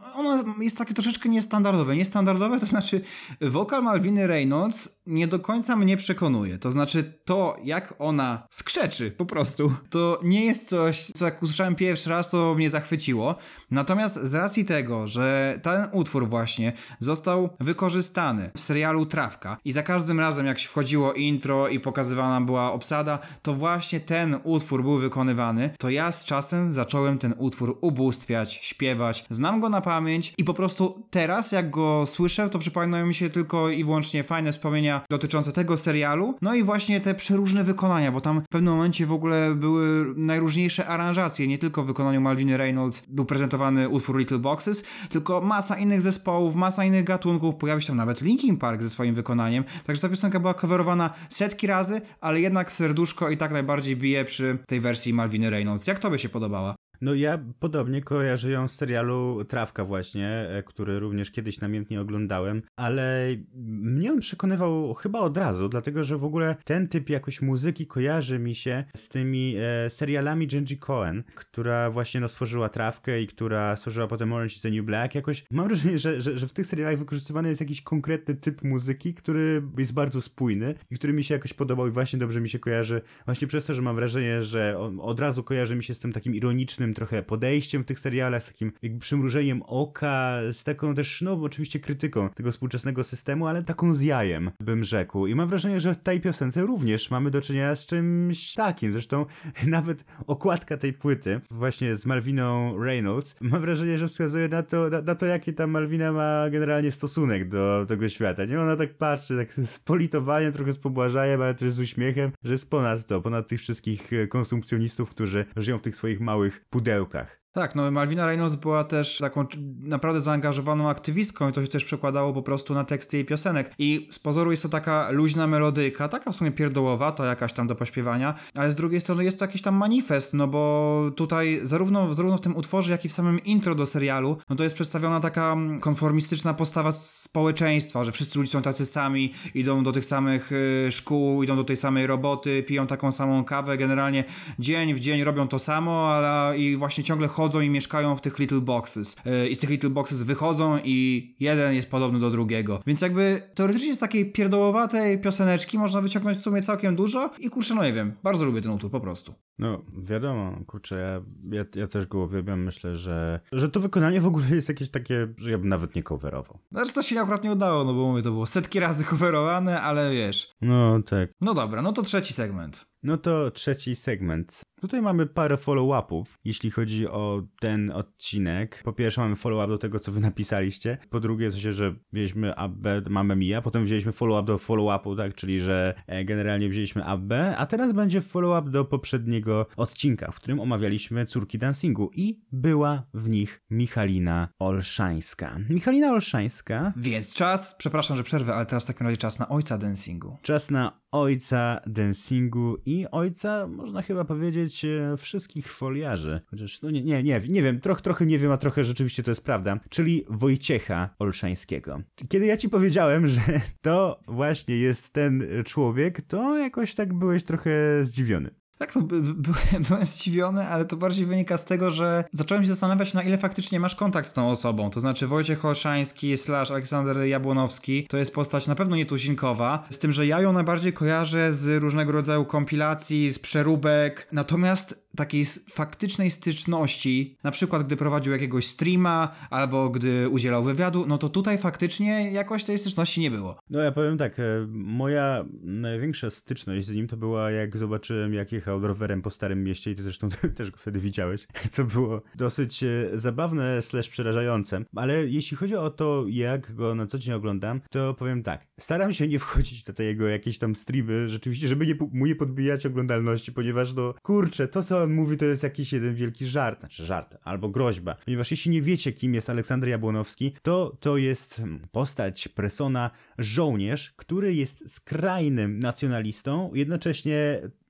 Speaker 3: ono jest takie troszeczkę niestandardowe. Niestandardowe to znaczy wokal Malviny Reynolds nie do końca mnie przekonuje. To znaczy to, jak ona skrzeczy po prostu, to nie jest coś, co jak usłyszałem pierwszy raz, to mnie zachwyciło. Natomiast z racji tego, że ten utwór właśnie został wykorzystany w serialu Trawka i za każdym razem jak się wchodziło intro i pokazywana była obsada, to właśnie ten utwór był wykonywany, to ja z czasem zacząłem ten utwór ubóstwiać, śpiewać. Znam go na pamięć i po prostu teraz jak go słyszę, to przypominają mi się tylko i wyłącznie fajne wspomnienia dotyczące tego serialu, no i właśnie te przeróżne wykonania, bo tam w pewnym momencie w ogóle były najróżniejsze aranżacje, nie tylko w wykonaniu Malviny Reynolds był prezentowany utwór Little Boxes, tylko masa innych zespołów, masa innych gatunków, pojawił się tam nawet Linkin Park ze swoim wykonaniem, także ta piosenka była coverowana setki razy, ale jednak serduszko i tak najbardziej bije przy tej wersji Malviny Reynolds. Jak tobie się podobała?
Speaker 2: No ja podobnie kojarzę ją z serialu Trawka właśnie, który również kiedyś namiętnie oglądałem, ale mnie on przekonywał chyba od razu, dlatego że w ogóle ten typ jakoś muzyki kojarzy mi się z tymi serialami Jenji Cohen, która właśnie no, stworzyła Trawkę i która stworzyła potem Orange is the New Black. Jakoś mam wrażenie, że w tych serialach wykorzystywany jest jakiś konkretny typ muzyki, który jest bardzo spójny i który mi się jakoś podobał i właśnie dobrze mi się kojarzy właśnie przez to, że mam wrażenie, że on od razu kojarzy mi się z tym takim ironicznym trochę podejściem w tych serialach, z takim jakby przymrużeniem oka, z taką też, no oczywiście krytyką tego współczesnego systemu, ale taką z jajem, bym rzekł. I mam wrażenie, że w tej piosence również mamy do czynienia z czymś takim. Zresztą nawet okładka tej płyty, właśnie z Malviną Reynolds, mam wrażenie, że wskazuje na to jaki tam Malvina ma generalnie stosunek do tego świata. Nie? Ona tak patrzy, tak z politowaniem, trochę z pobłażajem, ale też z uśmiechem, że jest ponad tych wszystkich konsumpcjonistów, którzy żyją w tych swoich małych pudełkach.
Speaker 3: Tak, no Malvina Reynolds była też taką naprawdę zaangażowaną aktywistką i to się też przekładało po prostu na teksty jej piosenek. I z pozoru jest to taka luźna melodyjka, taka w sumie pierdołowata jakaś tam do pośpiewania, ale z drugiej strony jest to jakiś tam manifest, no bo tutaj zarówno w tym utworze, jak i w samym intro do serialu, no to jest przedstawiona taka konformistyczna postawa społeczeństwa, że wszyscy ludzie są tacy sami, idą do tych samych szkół, idą do tej samej roboty, piją taką samą kawę, generalnie dzień w dzień robią to samo, ale i właśnie ciągle chodzą i mieszkają w tych little boxes. I z tych little boxes wychodzą i jeden jest podobny do drugiego. Więc jakby teoretycznie z takiej pierdołowatej pioseneczki można wyciągnąć w sumie całkiem dużo i kurczę, no nie wiem, bardzo lubię ten utwór po prostu.
Speaker 2: No, wiadomo, kurczę, ja też go uwielbiam, myślę, że to wykonanie w ogóle jest jakieś takie, że ja bym nawet nie coverował.
Speaker 3: Znaczy to się akurat nie udało, no bo mówię, to było setki razy coverowane, ale wiesz.
Speaker 2: No, tak.
Speaker 3: No dobra, no to trzeci segment.
Speaker 2: No to trzeci segment. Tutaj mamy parę follow-upów, jeśli chodzi o ten odcinek. Po pierwsze mamy follow-up do tego, co wy napisaliście. Po drugie, w sensie, że wzięliśmy AB, Mamma Mia, potem wzięliśmy follow-up do follow-upu, tak? Czyli, że generalnie wzięliśmy AB, a teraz będzie follow-up do poprzedniego odcinka, w którym omawialiśmy Córki Dancingu i była w nich Michalina Olszańska. Michalina Olszańska...
Speaker 3: Więc czas, przepraszam, że przerwę, ale teraz w takim razie czas na ojca dancingu.
Speaker 2: Czas na ojca dancingu i ojca, można chyba powiedzieć, wszystkich foliarzy. Chociaż, no nie wiem, trochę nie wiem, a trochę rzeczywiście to jest prawda. Czyli Wojciecha Olszańskiego. Kiedy ja ci powiedziałem, że to właśnie jest ten człowiek, to jakoś tak byłeś trochę zdziwiony.
Speaker 3: Tak, to byłem zdziwiony, ale to bardziej wynika z tego, że zacząłem się zastanawiać, na ile faktycznie masz kontakt z tą osobą. To znaczy Wojciech Olszański / Aleksander Jabłonowski to jest postać na pewno nietuzinkowa, z tym, że ja ją najbardziej kojarzę z różnego rodzaju kompilacji, z przeróbek, natomiast takiej faktycznej styczności, na przykład gdy prowadził jakiegoś streama, albo gdy udzielał wywiadu, no to tutaj faktycznie jakoś tej styczności nie było.
Speaker 2: No ja powiem tak, moja największa styczność z nim to była, jak zobaczyłem, jak jechał rowerem po Starym Mieście i ty zresztą też go wtedy widziałeś, co było dosyć zabawne / przerażające, ale jeśli chodzi o to, jak go na co dzień oglądam, to powiem tak, staram się nie wchodzić na te jego jakieś tam streamy, rzeczywiście, żeby mu nie podbijać oglądalności, ponieważ no kurczę, to co on mówi, to jest jakiś jeden wielki żart, albo groźba, ponieważ jeśli nie wiecie, kim jest Aleksander Jabłonowski, to jest postać, persona, żołnierz, który jest skrajnym nacjonalistą, jednocześnie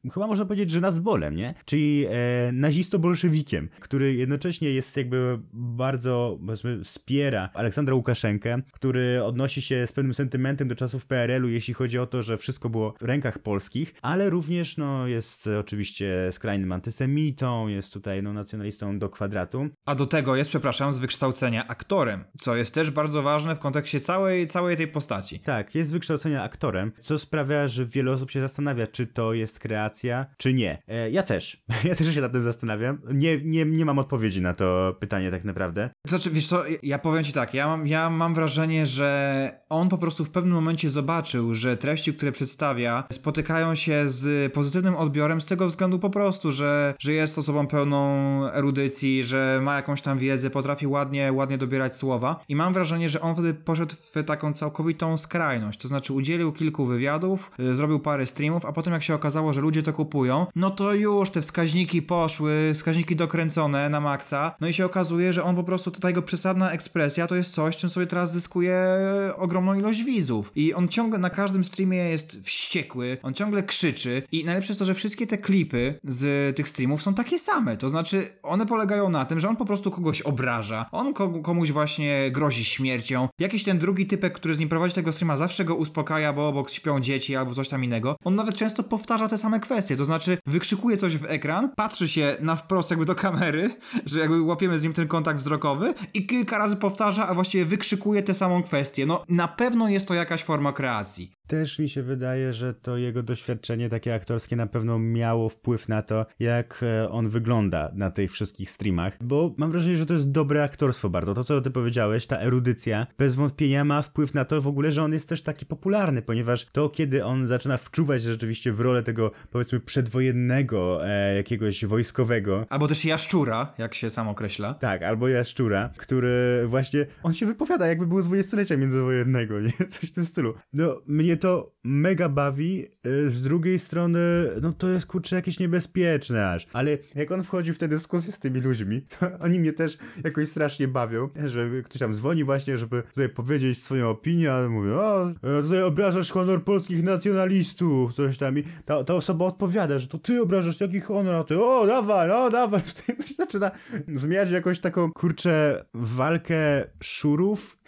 Speaker 2: chyba można powiedzieć, że nazbolem, nie? Czyli nazisto-bolszewikiem, który jednocześnie jest jakby bardzo, powiedzmy, wspiera Aleksandra Łukaszenkę, który odnosi się z pewnym sentymentem do czasów PRL-u, jeśli chodzi o to, że wszystko było w rękach polskich, ale również jest oczywiście skrajnym antysemitą, jest tutaj nacjonalistą do kwadratu.
Speaker 3: A do tego jest, przepraszam, z wykształcenia aktorem, co jest też bardzo ważne w kontekście całej tej postaci.
Speaker 2: Tak, jest z wykształcenia aktorem, co sprawia, że wiele osób się zastanawia, czy to jest kreacja, czy nie. Ja też się nad tym zastanawiam. Nie mam odpowiedzi na to pytanie tak naprawdę.
Speaker 3: Znaczy, wiesz co, ja powiem ci tak, ja mam wrażenie, że on po prostu w pewnym momencie zobaczył, że treści, które przedstawia, spotykają się z pozytywnym odbiorem z tego względu po prostu, że jest osobą pełną erudycji, że ma jakąś tam wiedzę, potrafi ładnie dobierać słowa i mam wrażenie, że on wtedy poszedł w taką całkowitą skrajność, to znaczy udzielił kilku wywiadów, zrobił parę streamów, a potem jak się okazało, że ludzie to kupują, no to już te wskaźniki poszły, wskaźniki dokręcone na maksa, no i się okazuje, że on po prostu, ta jego przesadna ekspresja to jest coś, czym sobie teraz zyskuje ogromną ilość widzów i on ciągle na każdym streamie jest wściekły, on ciągle krzyczy i najlepsze jest to, że wszystkie te klipy z tych streamów są takie same, to znaczy one polegają na tym, że on po prostu kogoś obraża, on komuś właśnie grozi śmiercią, jakiś ten drugi typek, który z nim prowadzi tego streama zawsze go uspokaja, bo obok śpią dzieci albo coś tam innego, on nawet często powtarza te same kwestie, to znaczy wykrzykuje coś w ekran, patrzy się na wprost jakby do kamery, że jakby łapiemy z nim ten kontakt wzrokowy i kilka razy powtarza, a właściwie wykrzykuje tę samą kwestię. No na pewno jest to jakaś forma kreacji.
Speaker 2: Też mi się wydaje, że to jego doświadczenie takie aktorskie na pewno miało wpływ na to, jak on wygląda na tych wszystkich streamach, bo mam wrażenie, że to jest dobre aktorstwo bardzo. To, co ty powiedziałeś, ta erudycja, bez wątpienia ma wpływ na to w ogóle, że on jest też taki popularny, ponieważ to, kiedy on zaczyna wczuwać rzeczywiście w rolę tego, powiedzmy, przedwojennego, jakiegoś wojskowego.
Speaker 3: Albo też jaszczura, jak się sam określa.
Speaker 2: Tak, albo jaszczura, który właśnie, on się wypowiada, jakby był z dwudziestolecia międzywojennego, nie? Coś w tym stylu. No, mnie to mega bawi, z drugiej strony, no to jest kurczę jakieś niebezpieczne aż, ale jak on wchodzi w tę dyskusję z tymi ludźmi, to oni mnie też jakoś strasznie bawią, że ktoś tam dzwoni właśnie, żeby tutaj powiedzieć swoją opinię, ale mówią, o, tutaj obrażasz honor polskich nacjonalistów, coś tam i ta osoba odpowiada, że to ty obrażasz jaki honor, a ty, o dawaj, tutaj zaczyna zmieniać jakąś taką kurczę walkę szurów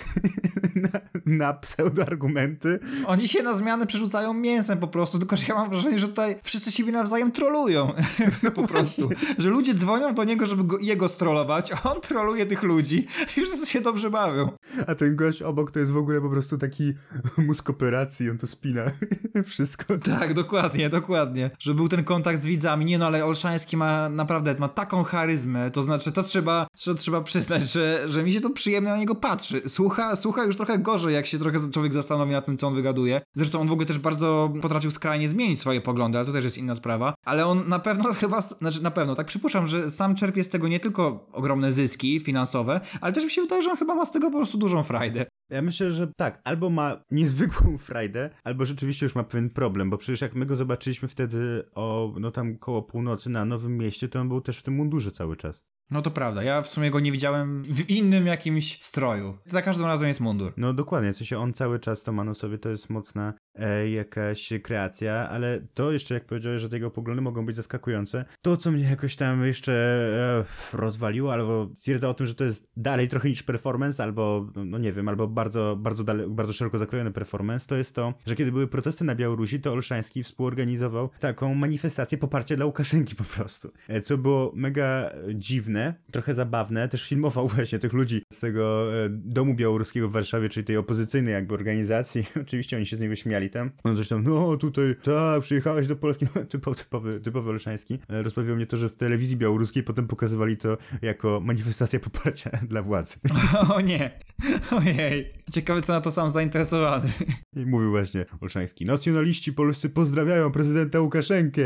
Speaker 2: na pseudoargumenty.
Speaker 3: Oni się na zmianę przerzucają mięsem po prostu, tylko że ja mam wrażenie, że tutaj wszyscy siebie nawzajem trolują po prostu. Że ludzie dzwonią do niego, żeby jego strollować, a on troluje tych ludzi i wszyscy się dobrze bawią.
Speaker 2: A ten gość obok to jest w ogóle po prostu taki mózg operacji, on to spina wszystko. Tak,
Speaker 3: dokładnie. Że był ten kontakt z widzami. Nie no, ale Olszański ma taką charyzmę, to znaczy to trzeba przyznać, że mi się to przyjemnie na niego patrzy. Słucha już trochę gorzej, jak się trochę człowiek zastanowi nad tym, co on wygaduje. Zresztą on w ogóle też bardzo potrafił skrajnie zmienić swoje poglądy, ale to też jest inna sprawa. Ale on na pewno tak przypuszczam, że sam czerpie z tego nie tylko ogromne zyski finansowe, ale też mi się wydaje, że on chyba ma z tego po prostu dużą frajdę.
Speaker 2: Ja myślę, że tak, albo ma niezwykłą frajdę, albo rzeczywiście już ma pewien problem, bo przecież jak my go zobaczyliśmy wtedy tam koło północy na Nowym Mieście, to on był też w tym mundurze cały czas.
Speaker 3: No to prawda, ja w sumie go nie widziałem w innym jakimś stroju. Za każdym razem jest mundur.
Speaker 2: No dokładnie, w sensie on cały czas to ma na sobie, to jest mocna jakaś kreacja, ale to jeszcze jak powiedziałeś, że te jego poglądy mogą być zaskakujące, to co mnie jakoś tam jeszcze rozwaliło, albo stwierdza o tym, że to jest dalej trochę niż performance, albo no nie wiem, albo bardzo szeroko zakrojony performance, to jest to, że kiedy były protesty na Białorusi, to Olszański współorganizował taką manifestację poparcia dla Łukaszenki po prostu, co było mega dziwne, trochę zabawne, też filmował właśnie tych ludzi z tego domu białoruskiego w Warszawie, czyli tej opozycyjnej jakby organizacji, oczywiście oni się z niego śmiali tam, on coś tam, no tutaj, tak, przyjechałeś do Polski, typowy Olszański, rozbawiło mnie to, że w telewizji białoruskiej potem pokazywali to jako manifestacja poparcia dla władzy.
Speaker 3: O nie, ojej, ciekawe co na to sam zainteresowany.
Speaker 2: I mówił właśnie Olszański, nacjonaliści polscy pozdrawiają prezydenta Łukaszenkę.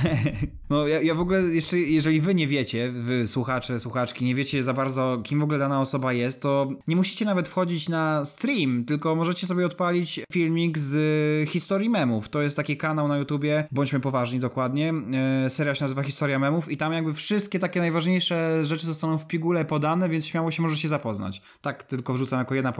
Speaker 3: No ja w ogóle jeszcze, jeżeli wy nie wiecie, wy słuchaczki, nie wiecie za bardzo, kim w ogóle dana osoba jest, to nie musicie nawet wchodzić na stream, tylko możecie sobie odpalić filmik z historii memów. To jest taki kanał na YouTubie, bądźmy poważni dokładnie, seria się nazywa Historia Memów i tam jakby wszystkie takie najważniejsze rzeczy zostaną w pigułę podane, więc śmiało się możecie zapoznać. Tak tylko wrzucam jako jedna polecajka,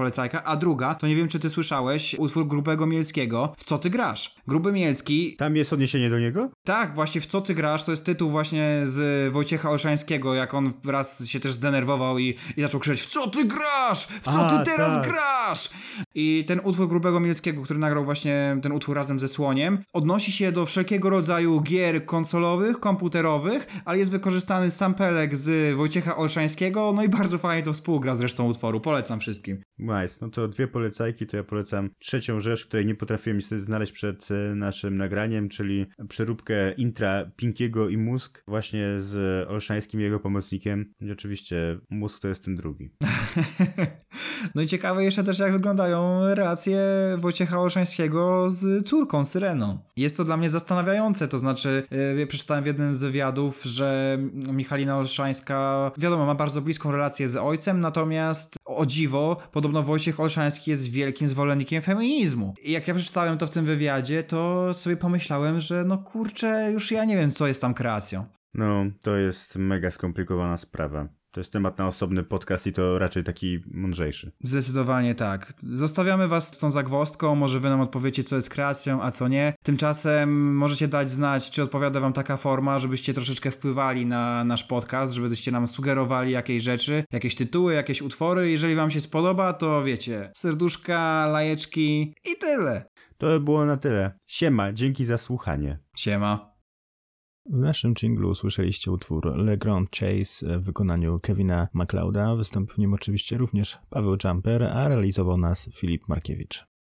Speaker 3: A druga, to nie wiem, czy ty słyszałeś, utwór Grubego Mielskiego, W co ty grasz? Gruby Mielski...
Speaker 2: Tam jest odniesienie do niego?
Speaker 3: Tak, właśnie W co ty grasz, to jest tytuł właśnie z Wojciecha Olszańskiego, jak on raz się też zdenerwował i zaczął krzyczeć: w co ty grasz? W co ty teraz grasz? I ten utwór Grubego Mielskiego, który nagrał właśnie ten utwór razem ze Słoniem, odnosi się do wszelkiego rodzaju gier konsolowych, komputerowych, ale jest wykorzystany sampelek z Wojciecha Olszańskiego, no i bardzo fajnie to współgra z resztą utworu. Polecam wszystkim.
Speaker 2: Nice, no to 2 polecajki, to ja polecam trzecią rzecz, której nie potrafiłem niestety znaleźć przed naszym nagraniem, czyli przeróbkę intra Pinkiego i Mózg, właśnie z Olszańskim i jego pomocnikiem. I oczywiście Mózg to jest ten drugi.
Speaker 3: No i ciekawe jeszcze też, jak wyglądają relacje Wojciecha Olszańskiego z córką Syreną. Jest to dla mnie zastanawiające, to znaczy ja przeczytałem w jednym z wywiadów, że Michalina Olszańska, wiadomo, ma bardzo bliską relację z ojcem, natomiast o dziwo, podobno Wojciech Olszański jest wielkim zwolennikiem feminizmu. I jak ja przeczytałem to w tym wywiadzie, to sobie pomyślałem, że no kurczę, już ja nie wiem, co jest tam kreacją.
Speaker 2: No, to jest mega skomplikowana sprawa. To jest temat na osobny podcast i to raczej taki mądrzejszy.
Speaker 3: Zdecydowanie tak. Zostawiamy was z tą zagwozdką, może wy nam odpowiecie, co jest kreacją, a co nie. Tymczasem możecie dać znać, czy odpowiada wam taka forma, żebyście troszeczkę wpływali na nasz podcast, żebyście nam sugerowali jakieś rzeczy, jakieś tytuły, jakieś utwory. Jeżeli wam się spodoba, to wiecie, serduszka, lajeczki i tyle.
Speaker 2: To by było na tyle. Siema, dzięki za słuchanie.
Speaker 3: Siema.
Speaker 2: W naszym dżinglu usłyszeliście utwór Le Grand Chase w wykonaniu Kevina MacLeoda. Wystąpił w nim oczywiście również Paweł Jumper, a realizował nas Filip Markiewicz.